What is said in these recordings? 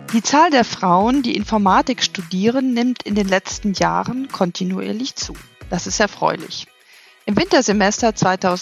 Die Zahl der Frauen, die Informatik studieren, nimmt in den letzten Jahren kontinuierlich zu. Das ist erfreulich. Im Wintersemester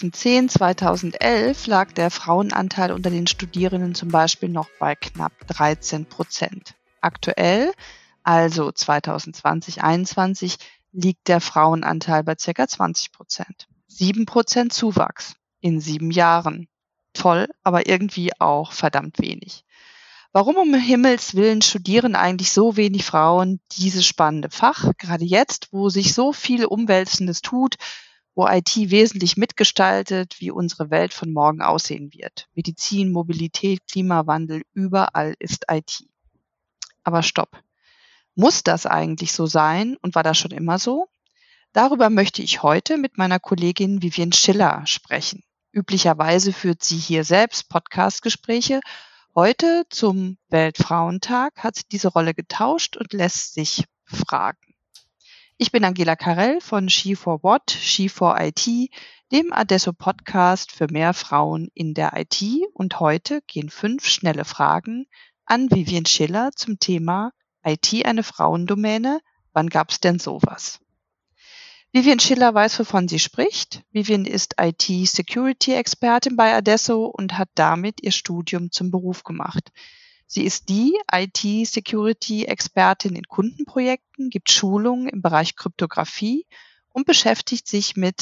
2010/2011 lag der Frauenanteil unter den Studierenden zum Beispiel noch bei knapp 13%. Aktuell, also 2020/21, liegt der Frauenanteil bei ca. 20%. 7% Zuwachs in 7 Jahren. Toll, aber irgendwie auch verdammt wenig. Warum um Himmels Willen studieren eigentlich so wenig Frauen dieses spannende Fach? Gerade jetzt, wo sich so viel Umwälzendes tut, wo IT wesentlich mitgestaltet, wie unsere Welt von morgen aussehen wird. Medizin, Mobilität, Klimawandel, überall ist IT. Aber stopp. Muss das eigentlich so sein und war das schon immer so? Darüber möchte ich heute mit meiner Kollegin Vivian Schiller sprechen. Üblicherweise führt sie hier selbst Podcast-Gespräche. Heute zum Weltfrauentag hat sie diese Rolle getauscht und lässt sich fragen. Ich bin Angela Karell von She4What, She4IT, dem Adesso-Podcast für mehr Frauen in der IT. Und heute gehen 5 schnelle Fragen an Vivian Schiller zum Thema IT eine Frauendomäne? Wann gab's denn sowas? Vivian Schiller weiß, wovon sie spricht. Vivian ist IT-Security-Expertin bei Adesso und hat damit ihr Studium zum Beruf gemacht. Sie ist die IT-Security-Expertin in Kundenprojekten, gibt Schulungen im Bereich Kryptographie und beschäftigt sich mit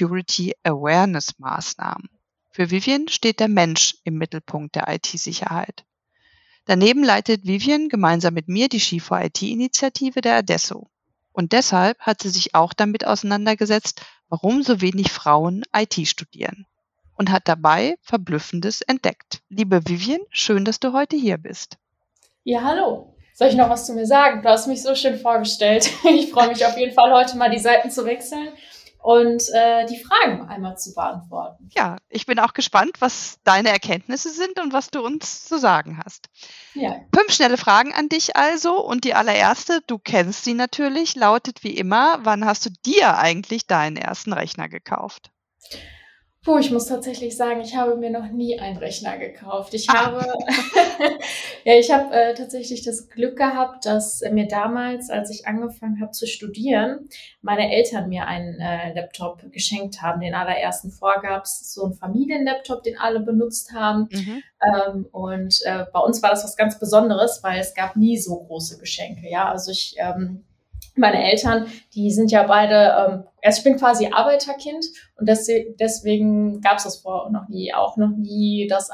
Security-Awareness-Maßnahmen. Für Vivian steht der Mensch im Mittelpunkt der IT-Sicherheit. Daneben leitet Vivian gemeinsam mit mir die She4IT-Initiative der Adesso. Und deshalb hat sie sich auch damit auseinandergesetzt, warum so wenig Frauen IT studieren. Und hat dabei Verblüffendes entdeckt. Liebe Vivian, schön, dass du heute hier bist. Ja, hallo. Soll ich noch was zu mir sagen? Du hast mich so schön vorgestellt. Ich freue mich auf jeden Fall, heute mal die Seiten zu wechseln und die Fragen einmal zu beantworten. Ja, ich bin auch gespannt, was deine Erkenntnisse sind und was du uns zu sagen hast. Ja. 5 schnelle Fragen an dich also. Und die allererste, du kennst sie natürlich, lautet wie immer: Wann hast du dir eigentlich deinen ersten Rechner gekauft? Ich muss tatsächlich sagen, ich habe mir noch nie einen Rechner gekauft. Ich habe tatsächlich das Glück gehabt, dass mir damals, als ich angefangen habe zu studieren, meine Eltern mir einen Laptop geschenkt haben. Den allerersten gab es so einen Familienlaptop, den alle benutzt haben. Und bei uns war das was ganz Besonderes, weil es gab nie so große Geschenke. Ja, also meine Eltern, die sind ja beide, ich bin quasi Arbeiterkind und deswegen gab es das vorher noch nie, dass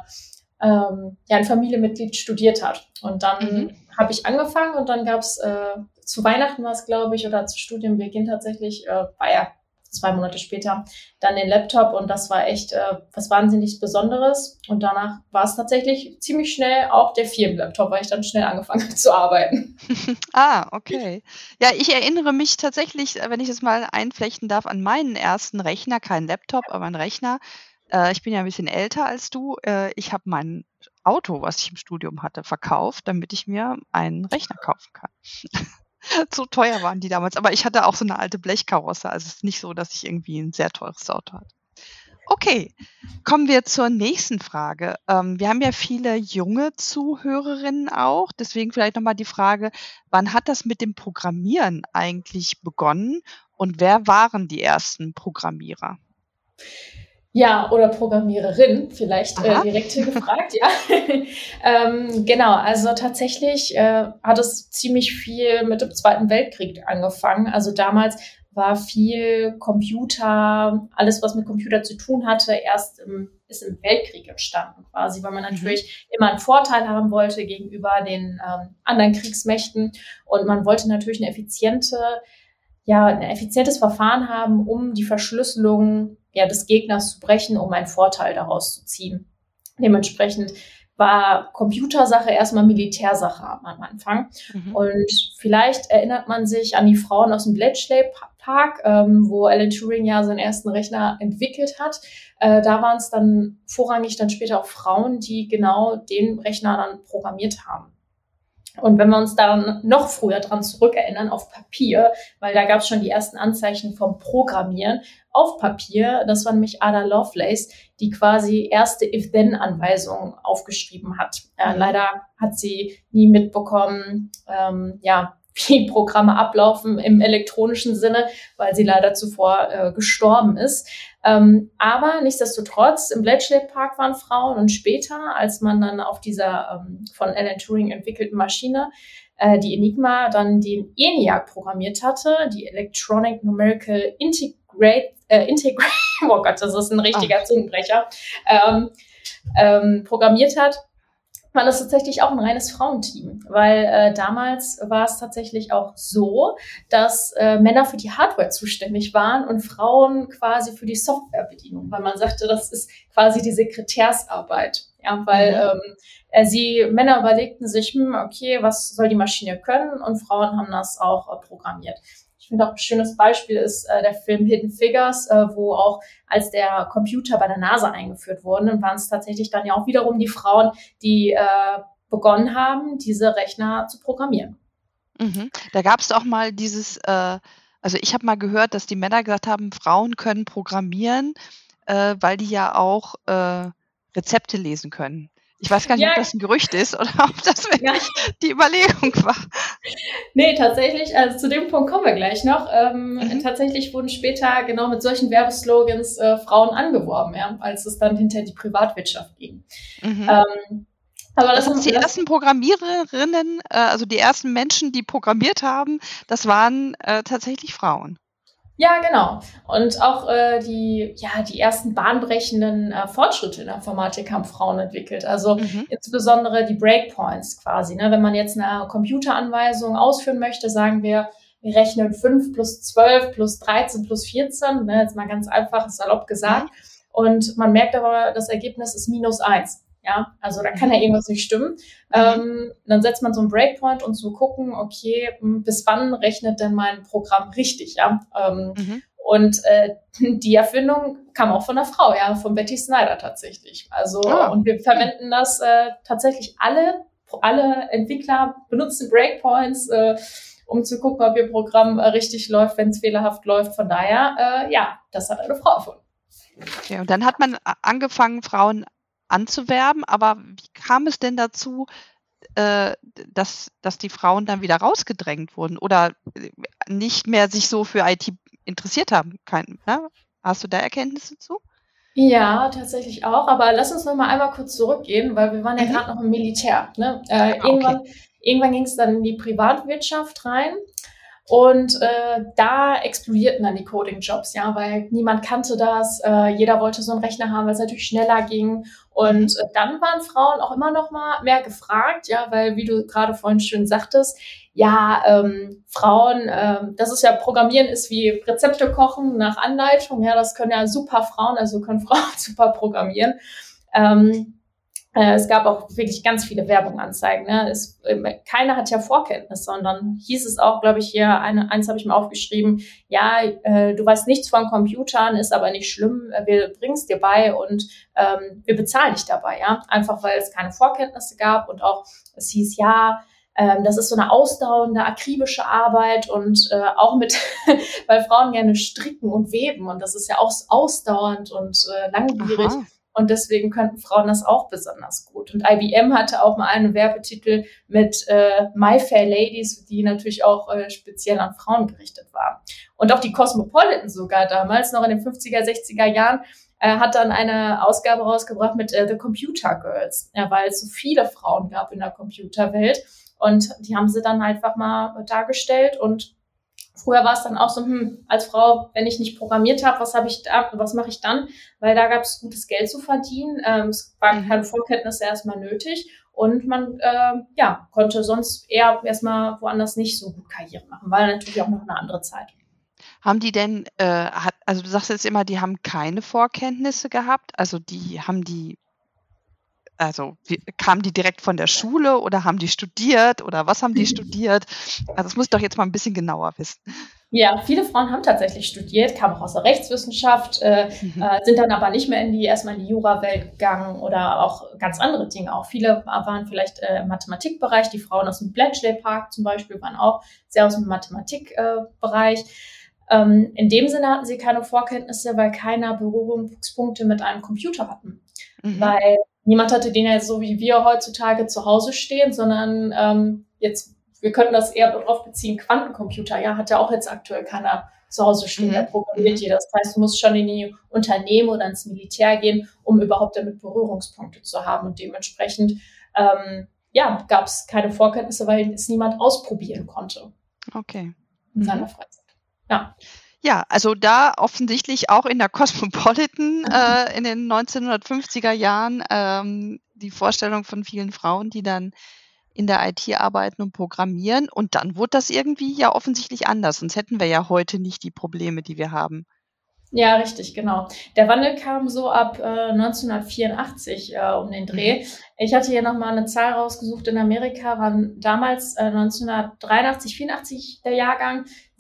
ein Familienmitglied studiert hat. Und dann habe ich angefangen und dann gab es zu Weihnachten war es, glaube ich, oder zu Studienbeginn tatsächlich, 2 Monate später, dann den Laptop und das war echt was wahnsinnig Besonderes. Und danach war es tatsächlich ziemlich schnell auch der Firmenlaptop, weil ich dann schnell angefangen habe zu arbeiten. Okay. Ja, ich erinnere mich tatsächlich, wenn ich das mal einflechten darf, an meinen ersten Rechner, kein Laptop, aber ein Rechner. Ich bin ja ein bisschen älter als du. Ich habe mein Auto, was ich im Studium hatte, verkauft, damit ich mir einen Rechner kaufen kann. So teuer waren die damals, aber ich hatte auch so eine alte Blechkarosse, also es ist nicht so, dass ich irgendwie ein sehr teures Auto hatte. Okay, kommen wir zur nächsten Frage. Wir haben ja viele junge Zuhörerinnen auch, deswegen vielleicht nochmal die Frage, wann hat das mit dem Programmieren eigentlich begonnen und wer waren die ersten Programmierer? Ja, oder Programmiererin, vielleicht direkt hier gefragt, ja. Genau, also tatsächlich hat es ziemlich viel mit dem Zweiten Weltkrieg angefangen. Also damals war viel Computer, alles, was mit Computer zu tun hatte, ist im Weltkrieg entstanden quasi, weil man natürlich immer einen Vorteil haben wollte gegenüber den anderen Kriegsmächten und man wollte natürlich ein effizientes Verfahren haben, um die Verschlüsselung des Gegners zu brechen, um einen Vorteil daraus zu ziehen. Dementsprechend war Computersache erstmal Militärsache am Anfang. Und vielleicht erinnert man sich an die Frauen aus dem Bletchley Park, wo Alan Turing ja seinen ersten Rechner entwickelt hat. Da waren es dann vorrangig dann später auch Frauen, die genau den Rechner dann programmiert haben. Und wenn wir uns dann noch früher dran zurückerinnern, auf Papier, weil da gab es schon die ersten Anzeichen vom Programmieren auf Papier, das war nämlich Ada Lovelace, die quasi erste If-Then-Anweisungen aufgeschrieben hat. Leider hat sie nie mitbekommen, wie Programme ablaufen im elektronischen Sinne, weil sie leider zuvor gestorben ist. Aber nichtsdestotrotz, im Bletchley Park waren Frauen und später, als man dann auf dieser von Alan Turing entwickelten Maschine, die Enigma, dann den ENIAC programmiert hatte, die Electronic Numerical oh Gott, das ist ein richtiger Zungenbrecher, programmiert hat, war das tatsächlich auch ein reines Frauenteam, weil damals war es tatsächlich auch so, dass Männer für die Hardware zuständig waren und Frauen quasi für die Softwarebedienung, weil man sagte, das ist quasi die Sekretärsarbeit, ja, weil Männer überlegten sich, okay, was soll die Maschine können, und Frauen haben das auch programmiert. Ich finde auch ein schönes Beispiel ist der Film Hidden Figures, wo auch als der Computer bei der NASA eingeführt wurden, dann waren es tatsächlich dann ja auch wiederum die Frauen, die begonnen haben, diese Rechner zu programmieren. Da gab es auch mal also ich habe mal gehört, dass die Männer gesagt haben, Frauen können programmieren, weil die ja auch Rezepte lesen können. Ich weiß gar nicht, ob das ein Gerücht ist oder ob das wirklich die Überlegung war. Nee, tatsächlich, also zu dem Punkt kommen wir gleich noch. Tatsächlich wurden später genau mit solchen Werbeslogans Frauen angeworben, ja, als es dann hinter die Privatwirtschaft ging. Aber das sind die ersten Programmiererinnen, also die ersten Menschen, die programmiert haben, das waren tatsächlich Frauen. Ja, genau. Und auch die ersten bahnbrechenden Fortschritte in der Informatik haben Frauen entwickelt. Also insbesondere die Breakpoints quasi. Ne? Wenn man jetzt eine Computeranweisung ausführen möchte, sagen wir rechnen 5 plus 12 plus 13 plus 14. Ne? Jetzt mal ganz einfach, salopp gesagt. Und man merkt aber, das Ergebnis ist -1. Ja, also da kann ja irgendwas nicht stimmen. Dann setzt man so einen Breakpoint, um zu gucken, okay, bis wann rechnet denn mein Programm richtig, ja? Und die Erfindung kam auch von einer Frau, ja, von Betty Snyder tatsächlich. Also, und wir verwenden das tatsächlich alle Entwickler benutzen Breakpoints, um zu gucken, ob ihr Programm richtig läuft, wenn es fehlerhaft läuft. Von daher, das hat eine Frau erfunden. Okay, und dann hat man angefangen, Frauen anzuwerben, aber wie kam es denn dazu, dass die Frauen dann wieder rausgedrängt wurden oder nicht mehr sich so für IT interessiert haben? Hast du da Erkenntnisse zu? Ja, tatsächlich auch, aber lass uns noch mal einmal kurz zurückgehen, weil wir waren ja gerade noch im Militär. Ne? Irgendwann ging es dann in die Privatwirtschaft rein. Und da explodierten dann die Coding-Jobs, ja, weil niemand kannte das, jeder wollte so einen Rechner haben, weil es natürlich schneller ging. Und dann waren Frauen auch immer noch mal mehr gefragt, ja, weil, wie du gerade vorhin schön sagtest, Frauen, das ist ja, Programmieren ist wie Rezepte kochen nach Anleitung, ja, das können ja super Frauen, also können Frauen super programmieren. Es gab auch wirklich ganz viele Werbunganzeigen. Ne? Keiner hat ja Vorkenntnis, sondern hieß es auch, glaube ich, hier, eins habe ich mir aufgeschrieben, du weißt nichts von Computern, ist aber nicht schlimm, wir bringen es dir bei und wir bezahlen dich dabei, ja, einfach weil es keine Vorkenntnisse gab und auch es hieß, das ist so eine ausdauernde, akribische Arbeit und auch weil Frauen gerne stricken und weben und das ist ja auch ausdauernd und langwierig. Aha. Und deswegen könnten Frauen das auch besonders gut. Und IBM hatte auch mal einen Werbetitel mit My Fair Ladies, die natürlich auch speziell an Frauen gerichtet war. Und auch die Cosmopolitan sogar damals, noch in den 50er, 60er Jahren, hat dann eine Ausgabe rausgebracht mit The Computer Girls, ja, weil es so viele Frauen gab in der Computerwelt. Und die haben sie dann einfach mal dargestellt und früher war es dann auch so, als Frau, wenn ich nicht programmiert habe, was mache ich dann? Weil da gab es gutes Geld zu verdienen. Es waren keine Vorkenntnisse erstmal nötig und man konnte sonst eher erstmal woanders nicht so gut Karriere machen, weil natürlich auch noch eine andere Zeit. Haben die denn, also du sagst jetzt immer, die haben keine Vorkenntnisse gehabt, kamen die direkt von der Schule oder haben die studiert oder was haben die studiert? Also das muss ich doch jetzt mal ein bisschen genauer wissen. Ja, viele Frauen haben tatsächlich studiert, kamen auch aus der Rechtswissenschaft, sind dann aber nicht mehr erstmal in die Jura-Welt gegangen oder auch ganz andere Dinge. Auch viele waren vielleicht im Mathematikbereich. Die Frauen aus dem Bletchley Park zum Beispiel waren auch sehr aus dem Mathematikbereich. In dem Sinne hatten sie keine Vorkenntnisse, weil keiner Berührungspunkte mit einem Computer hatten. Weil niemand hatte den ja so wie wir heutzutage zu Hause stehen, sondern wir könnten das eher darauf beziehen, Quantencomputer, ja, hat ja auch jetzt aktuell keiner zu Hause stehen, der programmiert hier. Das heißt, du musst schon in die Unternehmen oder ins Militär gehen, um überhaupt damit Berührungspunkte zu haben. Und dementsprechend, gab es keine Vorkenntnisse, weil es niemand ausprobieren konnte. Okay. In seiner Freizeit. Ja. Ja, also da offensichtlich auch in der Cosmopolitan in den 1950er Jahren die Vorstellung von vielen Frauen, die dann in der IT arbeiten und programmieren. Und dann wurde das irgendwie ja offensichtlich anders. Sonst hätten wir ja heute nicht die Probleme, die wir haben. Ja, richtig, genau. Der Wandel kam so ab 1984 um den Dreh. Ich hatte hier nochmal eine Zahl rausgesucht. In Amerika waren damals 1983, 84 der Jahrgang,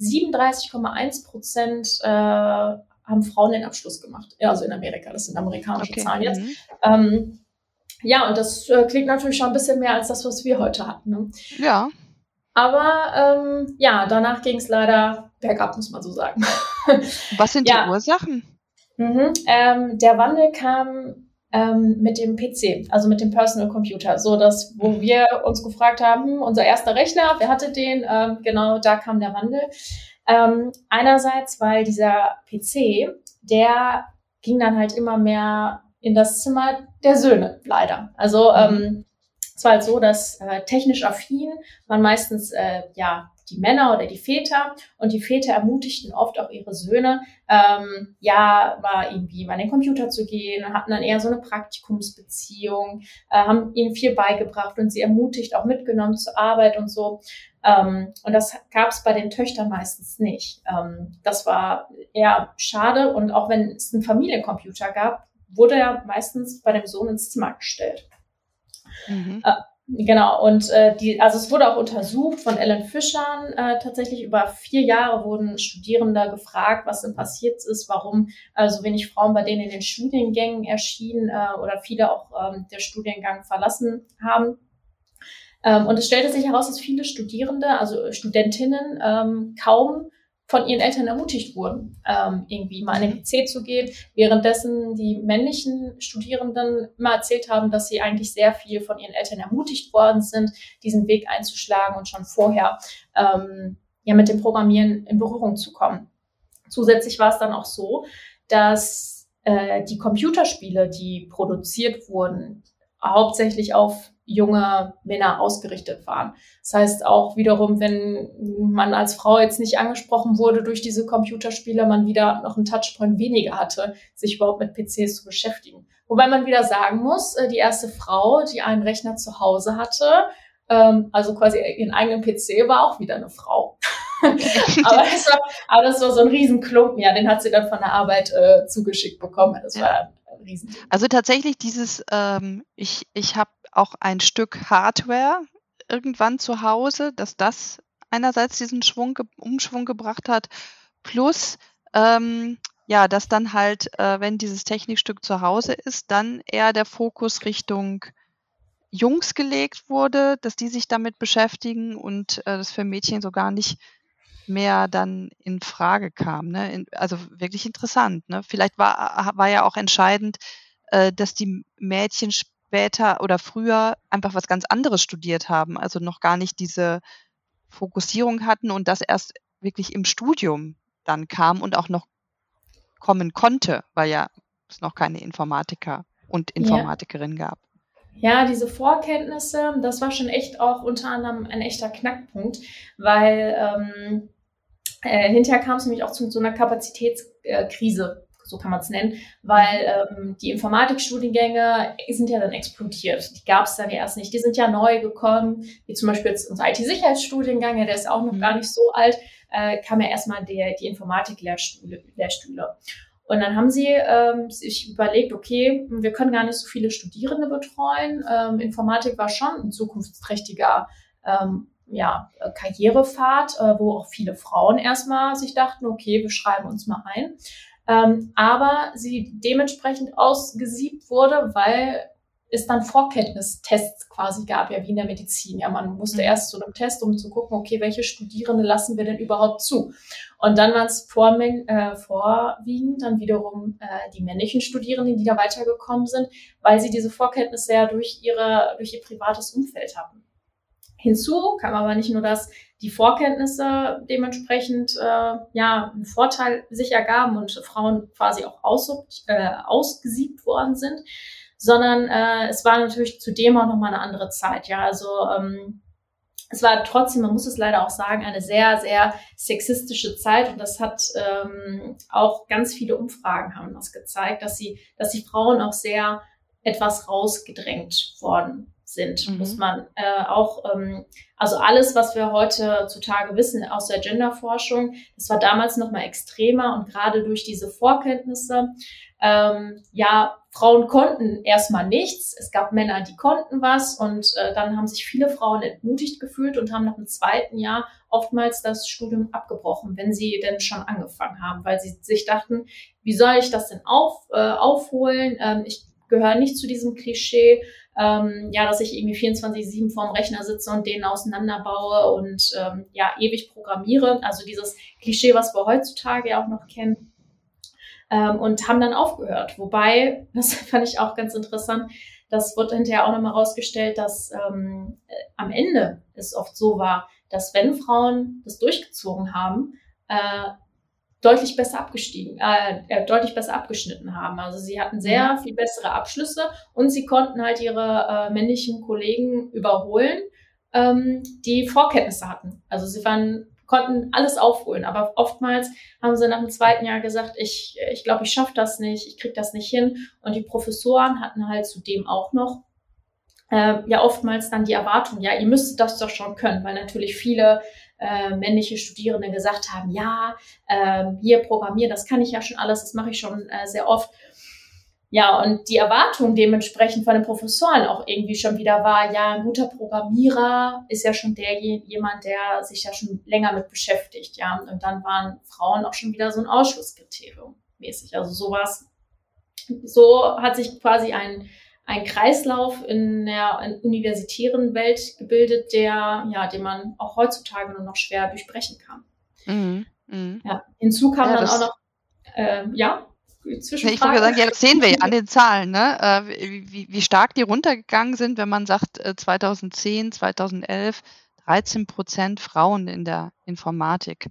37,1% haben Frauen den Abschluss gemacht. Ja, also in Amerika, das sind amerikanische Zahlen jetzt. Ja, und das klingt natürlich schon ein bisschen mehr als das, was wir heute hatten. Ne? Ja. Aber danach ging es leider bergab, muss man so sagen. Was sind die Ursachen? Der Wandel kam mit dem PC, also mit dem Personal Computer. So, dass, wo wir uns gefragt haben, unser erster Rechner, wer hatte den? Genau, da kam der Wandel. Einerseits, weil dieser PC, der ging dann halt immer mehr in das Zimmer der Söhne, leider. Also es war halt so, dass technisch affin man meistens die Männer oder die Väter, und die Väter ermutigten oft auch ihre Söhne, mal irgendwie mal an den Computer zu gehen, hatten dann eher so eine Praktikumsbeziehung, haben ihnen viel beigebracht und sie ermutigt, auch mitgenommen zur Arbeit und so. Und das gab es bei den Töchtern meistens nicht. Das war eher schade, und auch wenn es einen Familiencomputer gab, wurde er meistens bei dem Sohn ins Zimmer gestellt. Genau, und es wurde auch untersucht von Ellen Fisher. Tatsächlich über 4 Jahre wurden Studierende gefragt, was denn passiert ist, warum so wenig Frauen bei denen in den Studiengängen erschienen oder viele auch der Studiengang verlassen haben. Und es stellte sich heraus, dass viele Studierende, also Studentinnen, kaum von ihren Eltern ermutigt wurden, irgendwie mal an den PC zu gehen, währenddessen die männlichen Studierenden immer erzählt haben, dass sie eigentlich sehr viel von ihren Eltern ermutigt worden sind, diesen Weg einzuschlagen und schon vorher mit dem Programmieren in Berührung zu kommen. Zusätzlich war es dann auch so, dass die Computerspiele, die produziert wurden, hauptsächlich auf junge Männer ausgerichtet waren. Das heißt auch wiederum, wenn man als Frau jetzt nicht angesprochen wurde durch diese Computerspiele, man wieder noch einen Touchpoint weniger hatte, sich überhaupt mit PCs zu beschäftigen. Wobei man wieder sagen muss, die erste Frau, die einen Rechner zu Hause hatte, also quasi ihren eigenen PC, war auch wieder eine Frau. aber das war so ein Riesenklumpen, ja, den hat sie dann von der Arbeit zugeschickt bekommen. Das war ein Riesending. Also tatsächlich dieses, ich habe auch ein Stück Hardware irgendwann zu Hause, dass das einerseits diesen Umschwung gebracht hat, plus dass dann halt, wenn dieses Technikstück zu Hause ist, dann eher der Fokus Richtung Jungs gelegt wurde, dass die sich damit beschäftigen und das für Mädchen so gar nicht mehr dann in Frage kam. Ne? Also wirklich interessant. Ne? Vielleicht war ja auch entscheidend, dass die Mädchen später oder früher einfach was ganz anderes studiert haben, also noch gar nicht diese Fokussierung hatten und das erst wirklich im Studium dann kam und auch noch kommen konnte, weil ja es noch keine Informatiker und Informatikerin gab. Ja, diese Vorkenntnisse, das war schon echt auch unter anderem ein echter Knackpunkt, weil hinterher kam es nämlich auch zu so einer Kapazitätskrise, so kann man es nennen, weil die Informatikstudiengänge sind ja dann explodiert. Die gab es dann ja erst nicht. Die sind ja neu gekommen, wie zum Beispiel jetzt unser IT-Sicherheitsstudiengang, der ist auch noch gar nicht so alt, kam ja erstmal die Informatik-Lehrstühle. Und dann haben sie sich überlegt, okay, wir können gar nicht so viele Studierende betreuen. Informatik war schon ein zukunftsträchtiger Karrierepfad, wo auch viele Frauen erstmal sich dachten, okay, wir schreiben uns mal ein. Aber sie dementsprechend ausgesiebt wurde, weil es dann Vorkenntnistests quasi gab, ja, wie in der Medizin. Ja, man musste erst zu einem Test, um zu gucken, okay, welche Studierende lassen wir denn überhaupt zu? Und dann waren es vorwiegend dann wiederum die männlichen Studierenden, die da weitergekommen sind, weil sie diese Vorkenntnisse ja durch ihr privates Umfeld hatten. Hinzu kam aber nicht nur, dass die Vorkenntnisse dementsprechend einen Vorteil sich ergaben und Frauen quasi auch ausgesiebt worden sind, sondern es war natürlich zudem auch nochmal eine andere Zeit. Ja, also es war trotzdem, man muss es leider auch sagen, eine sehr, sehr sexistische Zeit, und das hat auch ganz viele Umfragen haben das gezeigt, dass die Frauen auch sehr etwas rausgedrängt worden sind, muss man also alles, was wir heutzutage wissen aus der Genderforschung, das war damals noch mal extremer, und gerade durch diese Vorkenntnisse, Frauen konnten erstmal nichts, es gab Männer, die konnten was, und dann haben sich viele Frauen entmutigt gefühlt und haben nach dem zweiten Jahr oftmals das Studium abgebrochen, wenn sie denn schon angefangen haben, weil sie sich dachten, wie soll ich das denn aufholen? Ich gehöre nicht zu diesem Klischee, dass ich irgendwie 24/7 vorm Rechner sitze und den auseinanderbaue und ewig programmiere. Also dieses Klischee, was wir heutzutage ja auch noch kennen. Und haben dann aufgehört. Wobei, das fand ich auch ganz interessant, das wird hinterher auch nochmal rausgestellt, dass am Ende es oft so war, dass wenn Frauen das durchgezogen haben, deutlich besser abgeschnitten haben. Also sie hatten sehr viel bessere Abschlüsse, und sie konnten halt ihre männlichen Kollegen überholen, die Vorkenntnisse hatten. Also sie konnten alles aufholen, aber oftmals haben sie nach dem zweiten Jahr gesagt, ich glaube, ich schaffe das nicht, ich kriege das nicht hin. Und die Professoren hatten halt zudem auch noch oftmals dann die Erwartung, ja, ihr müsstet das doch schon können, weil natürlich viele männliche Studierende gesagt haben, hier programmieren, das kann ich ja schon alles, das mache ich schon sehr oft. Ja, und die Erwartung dementsprechend von den Professoren auch irgendwie schon wieder war, ja, ein guter Programmierer ist ja schon jemand, der sich ja schon länger mit beschäftigt, ja. Und dann waren Frauen auch schon wieder so ein Ausschlusskriterium mäßig. Also so hat sich quasi ein Kreislauf in der universitären Welt gebildet, den man auch heutzutage nur noch schwer durchbrechen kann. Ja, hinzu kam dann auch noch, Ich wollte sagen, das sehen wir ja an den Zahlen, ne? Wie stark die runtergegangen sind, wenn man sagt, 2010, 2011, 13% Frauen in der Informatik.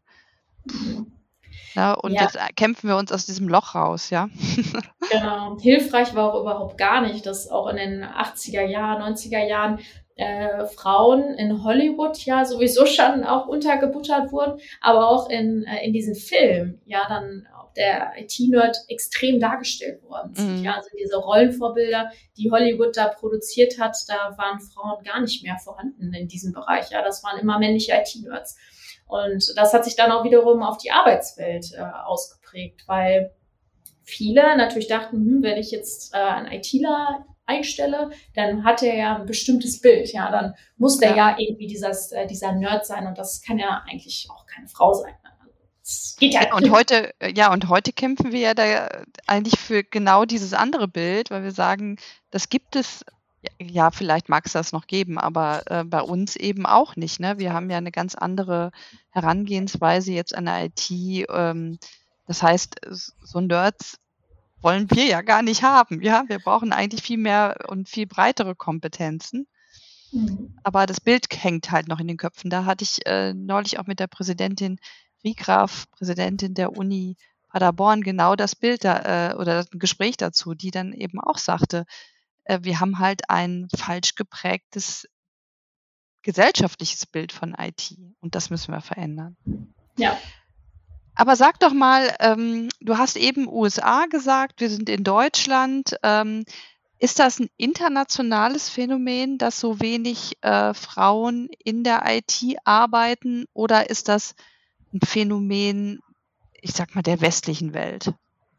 Ja, und jetzt kämpfen wir uns aus diesem Loch raus, ja. Genau. Hilfreich war auch überhaupt gar nicht, dass auch in den 80er Jahren, 90er Jahren Frauen in Hollywood ja sowieso schon auch untergebuttert wurden, aber auch in diesen Filmen, dann der IT-Nerd extrem dargestellt worden sind. Ja, also diese Rollenvorbilder, die Hollywood da produziert hat, da waren Frauen gar nicht mehr vorhanden in diesem Bereich. Ja, das waren immer männliche IT-Nerds. Und das hat sich dann auch wiederum auf die Arbeitswelt ausgeprägt, weil viele natürlich dachten, wenn ich jetzt einen ITler einstelle, dann hat er ja ein bestimmtes Bild. Ja, dann muss der ja irgendwie dieser Nerd sein, und das kann ja eigentlich auch keine Frau sein. Das geht ja nicht. Und heute kämpfen wir ja da eigentlich für genau dieses andere Bild, weil wir sagen, das gibt es. Ja, vielleicht mag es das noch geben, aber bei uns eben auch nicht. Ne? Wir haben ja eine ganz andere Herangehensweise jetzt an der IT. Das heißt, so Nerds wollen wir ja gar nicht haben. Ja, wir brauchen eigentlich viel mehr und viel breitere Kompetenzen. Aber das Bild hängt halt noch in den Köpfen. Da hatte ich neulich auch mit der Präsidentin Riegraf, Präsidentin der Uni Paderborn, genau das Bild oder das Gespräch dazu, die dann eben auch sagte, wir haben halt ein falsch geprägtes gesellschaftliches Bild von IT, und das müssen wir verändern. Ja. Aber sag doch mal, du hast eben USA gesagt, wir sind in Deutschland. Ist das ein internationales Phänomen, dass so wenig Frauen in der IT arbeiten, oder ist das ein Phänomen, ich sag mal, der westlichen Welt?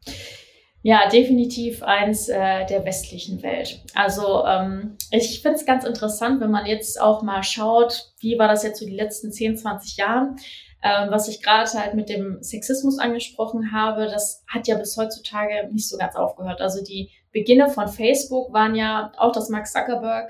Ja, definitiv eins der westlichen Welt. Also ich finde es ganz interessant, wenn man jetzt auch mal schaut, wie war das jetzt so die letzten 10, 20 Jahren? Was ich gerade halt mit dem Sexismus angesprochen habe, das hat ja bis heutzutage nicht so ganz aufgehört. Also die Beginne von Facebook waren ja auch, dass Mark Zuckerberg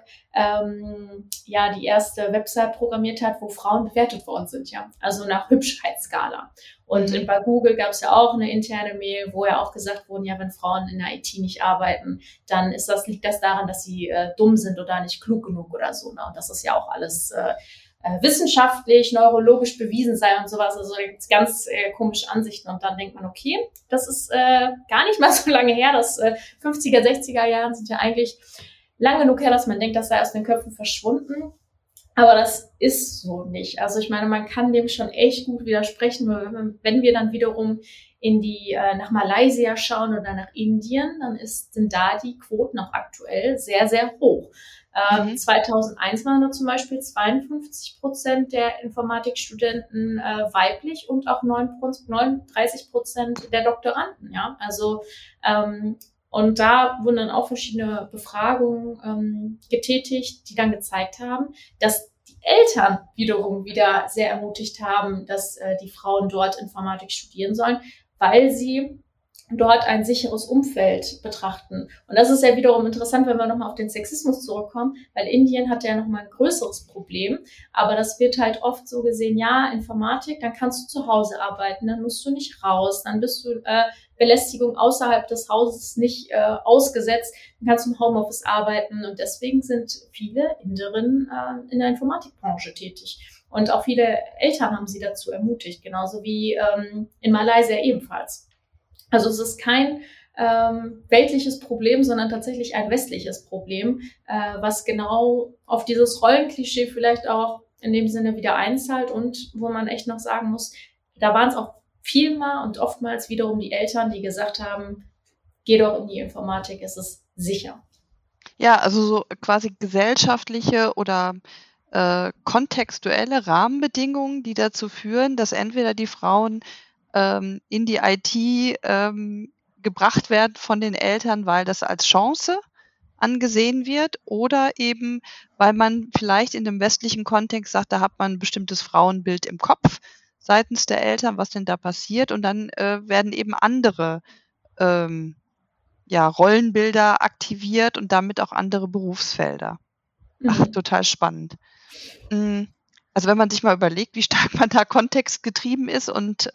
die erste Website programmiert hat, wo Frauen bewertet worden sind, ja. Also nach Hübschheitsskala. Und bei Google gab es ja auch eine interne Mail, wo ja auch gesagt wurde, ja, wenn Frauen in der IT nicht arbeiten, dann liegt das daran, dass sie dumm sind oder nicht klug genug oder so. Ne? Und das ist ja auch alles wissenschaftlich, neurologisch bewiesen sei und sowas. Also da gibt's ganz komische Ansichten. Und dann denkt man, okay, das ist gar nicht mal so lange her. Das 50er, 60er Jahren sind ja eigentlich lang genug her, dass man denkt, das sei aus den Köpfen verschwunden. Aber das ist so nicht. Also ich meine, man kann dem schon echt gut widersprechen, wenn wir dann wiederum nach Malaysia schauen oder nach Indien, dann sind da die Quoten auch aktuell sehr, sehr hoch. 2001 waren da zum Beispiel 52% der Informatikstudenten weiblich und auch 39% der Doktoranden. Ja, also und da wurden dann auch verschiedene Befragungen getätigt, die dann gezeigt haben, dass die Eltern wiederum wieder sehr ermutigt haben, dass die Frauen dort Informatik studieren sollen, weil sie dort ein sicheres Umfeld betrachten. Und das ist ja wiederum interessant, wenn wir nochmal auf den Sexismus zurückkommen, weil Indien hat ja nochmal ein größeres Problem, aber das wird halt oft so gesehen, ja, Informatik, dann kannst du zu Hause arbeiten, dann musst du nicht raus, dann bist du Belästigung außerhalb des Hauses nicht ausgesetzt, dann kannst du im Homeoffice arbeiten und deswegen sind viele Inderinnen in der Informatikbranche tätig. Und auch viele Eltern haben sie dazu ermutigt, genauso wie in Malaysia ebenfalls. Also es ist kein weltliches Problem, sondern tatsächlich ein westliches Problem, was genau auf dieses Rollenklischee vielleicht auch in dem Sinne wieder einzahlt und wo man echt noch sagen muss, da waren es auch vielmal und oftmals wiederum die Eltern, die gesagt haben, geh doch in die Informatik, es ist sicher. Ja, also so quasi gesellschaftliche oder kontextuelle Rahmenbedingungen, die dazu führen, dass entweder die Frauen in die IT gebracht werden von den Eltern, weil das als Chance angesehen wird oder eben, weil man vielleicht in dem westlichen Kontext sagt, da hat man ein bestimmtes Frauenbild im Kopf seitens der Eltern, was denn da passiert und dann werden eben andere Rollenbilder aktiviert und damit auch andere Berufsfelder. Ach, total spannend. Also wenn man sich mal überlegt, wie stark man da kontextgetrieben ist und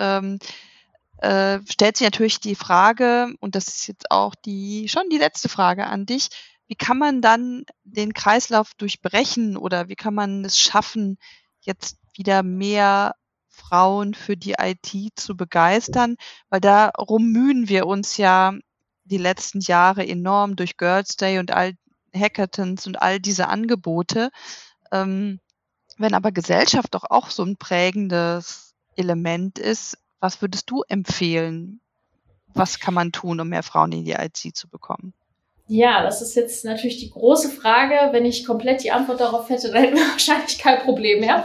stellt sich natürlich die Frage, und das ist jetzt auch schon die letzte Frage an dich, wie kann man dann den Kreislauf durchbrechen oder wie kann man es schaffen, jetzt wieder mehr Frauen für die IT zu begeistern? Weil darum mühen wir uns ja die letzten Jahre enorm durch Girls Day und all Hackathons und all diese Angebote. Wenn aber Gesellschaft doch auch so ein prägendes Element ist, was würdest du empfehlen? Was kann man tun, um mehr Frauen in die IT zu bekommen? Ja, das ist jetzt natürlich die große Frage. Wenn ich komplett die Antwort darauf hätte, dann hätten wir wahrscheinlich kein Problem mehr.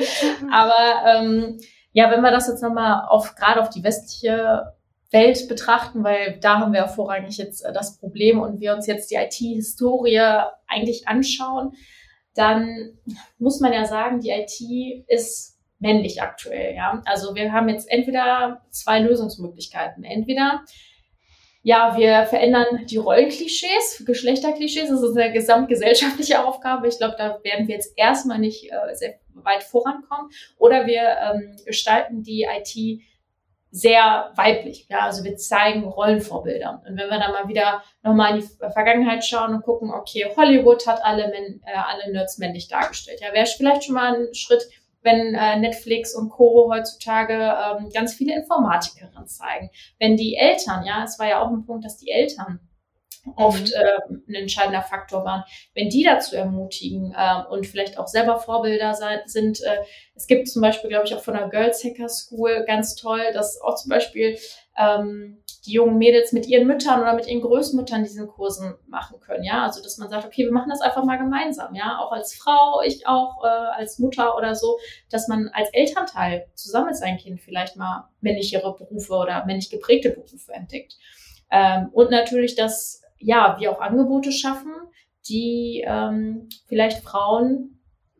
Aber wenn wir das jetzt nochmal gerade auf die westliche Welt betrachten, weil da haben wir ja vorrangig jetzt das Problem und wir uns jetzt die IT-Historie eigentlich anschauen, dann muss man ja sagen, die IT ist männlich aktuell, ja. Also wir haben jetzt entweder zwei Lösungsmöglichkeiten. Entweder, ja, wir verändern die Rollenklischees, Geschlechterklischees, das ist eine gesamtgesellschaftliche Aufgabe. Ich glaube, da werden wir jetzt erstmal nicht sehr weit vorankommen. Oder wir gestalten die IT sehr weiblich. Ja, also wir zeigen Rollenvorbilder. Und wenn wir dann mal wieder nochmal in die Vergangenheit schauen und gucken, okay, Hollywood hat alle Nerds männlich dargestellt. Ja, wäre vielleicht schon mal ein Schritt, wenn Netflix und Co. heutzutage ganz viele Informatikerinnen zeigen. Wenn die Eltern, ja, es war ja auch ein Punkt, dass die Eltern oft ein entscheidender Faktor waren, wenn die dazu ermutigen und vielleicht auch selber Vorbilder sind. Es gibt zum Beispiel, glaube ich, auch von der Girls Hacker School ganz toll, dass auch zum Beispiel die jungen Mädels mit ihren Müttern oder mit ihren Großmüttern diesen Kursen machen können. Ja, also dass man sagt, okay, wir machen das einfach mal gemeinsam. Ja, auch als Frau, ich auch als Mutter oder so, dass man als Elternteil zusammen mit seinem Kind vielleicht mal männlichere Berufe oder männlich geprägte Berufe entdeckt. Und natürlich, dass wir auch Angebote schaffen, die vielleicht Frauen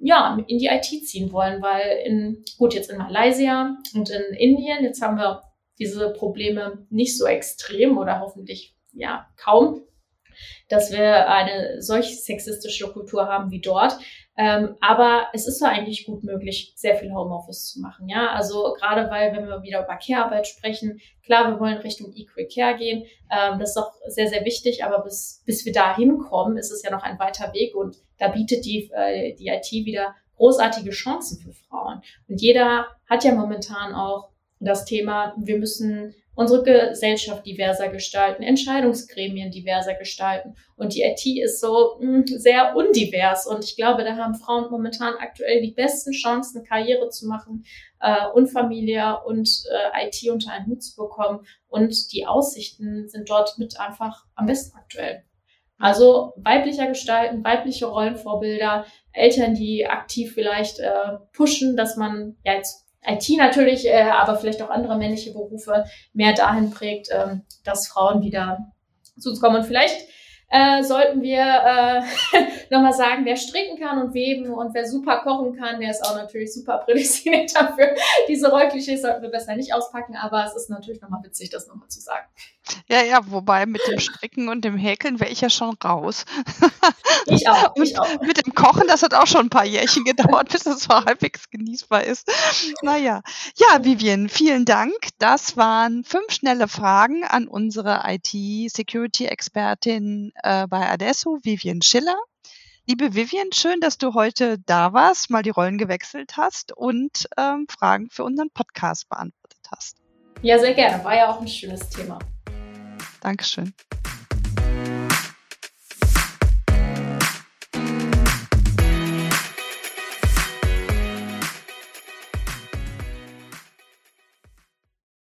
in die IT ziehen wollen, weil jetzt in Malaysia und in Indien, jetzt haben wir diese Probleme nicht so extrem oder hoffentlich kaum, dass wir eine solch sexistische Kultur haben wie dort. Aber es ist ja eigentlich gut möglich, sehr viel Homeoffice zu machen. Ja, also gerade wenn wir wieder über Care-Arbeit sprechen, klar, wir wollen Richtung Equal Care gehen. Das ist auch sehr, sehr wichtig. Aber bis wir da hinkommen, ist es ja noch ein weiter Weg. Und da bietet die IT wieder großartige Chancen für Frauen. Und jeder hat ja momentan auch das Thema, wir müssen unsere Gesellschaft diverser gestalten, Entscheidungsgremien diverser gestalten. Und die IT ist so sehr undivers. Und ich glaube, da haben Frauen momentan aktuell die besten Chancen, Karriere zu machen und Familie und IT unter einen Hut zu bekommen. Und die Aussichten sind dort mit einfach am besten aktuell. Also weiblicher gestalten, weibliche Rollenvorbilder, Eltern, die aktiv vielleicht pushen, dass man jetzt IT natürlich, aber vielleicht auch andere männliche Berufe mehr dahin prägt, dass Frauen wieder zu uns kommen. Und vielleicht sollten wir nochmal sagen, wer stricken kann und weben und wer super kochen kann, der ist auch natürlich super prädestiniert dafür. Diese Rollklischees sollten wir besser nicht auspacken, aber es ist natürlich nochmal witzig, das nochmal zu sagen. Ja, wobei mit dem Stricken und dem Häkeln wäre ich ja schon raus. Ich auch. Mit dem Kochen, das hat auch schon ein paar Jährchen gedauert, bis es so halbwegs genießbar ist. Naja. Ja, Vivian, vielen Dank. Das waren 5 schnelle Fragen an unsere IT-Security-Expertin bei Adesso, Vivian Schiller. Liebe Vivian, schön, dass du heute da warst, mal die Rollen gewechselt hast und Fragen für unseren Podcast beantwortet hast. Ja, sehr gerne. War ja auch ein schönes Thema. Dankeschön.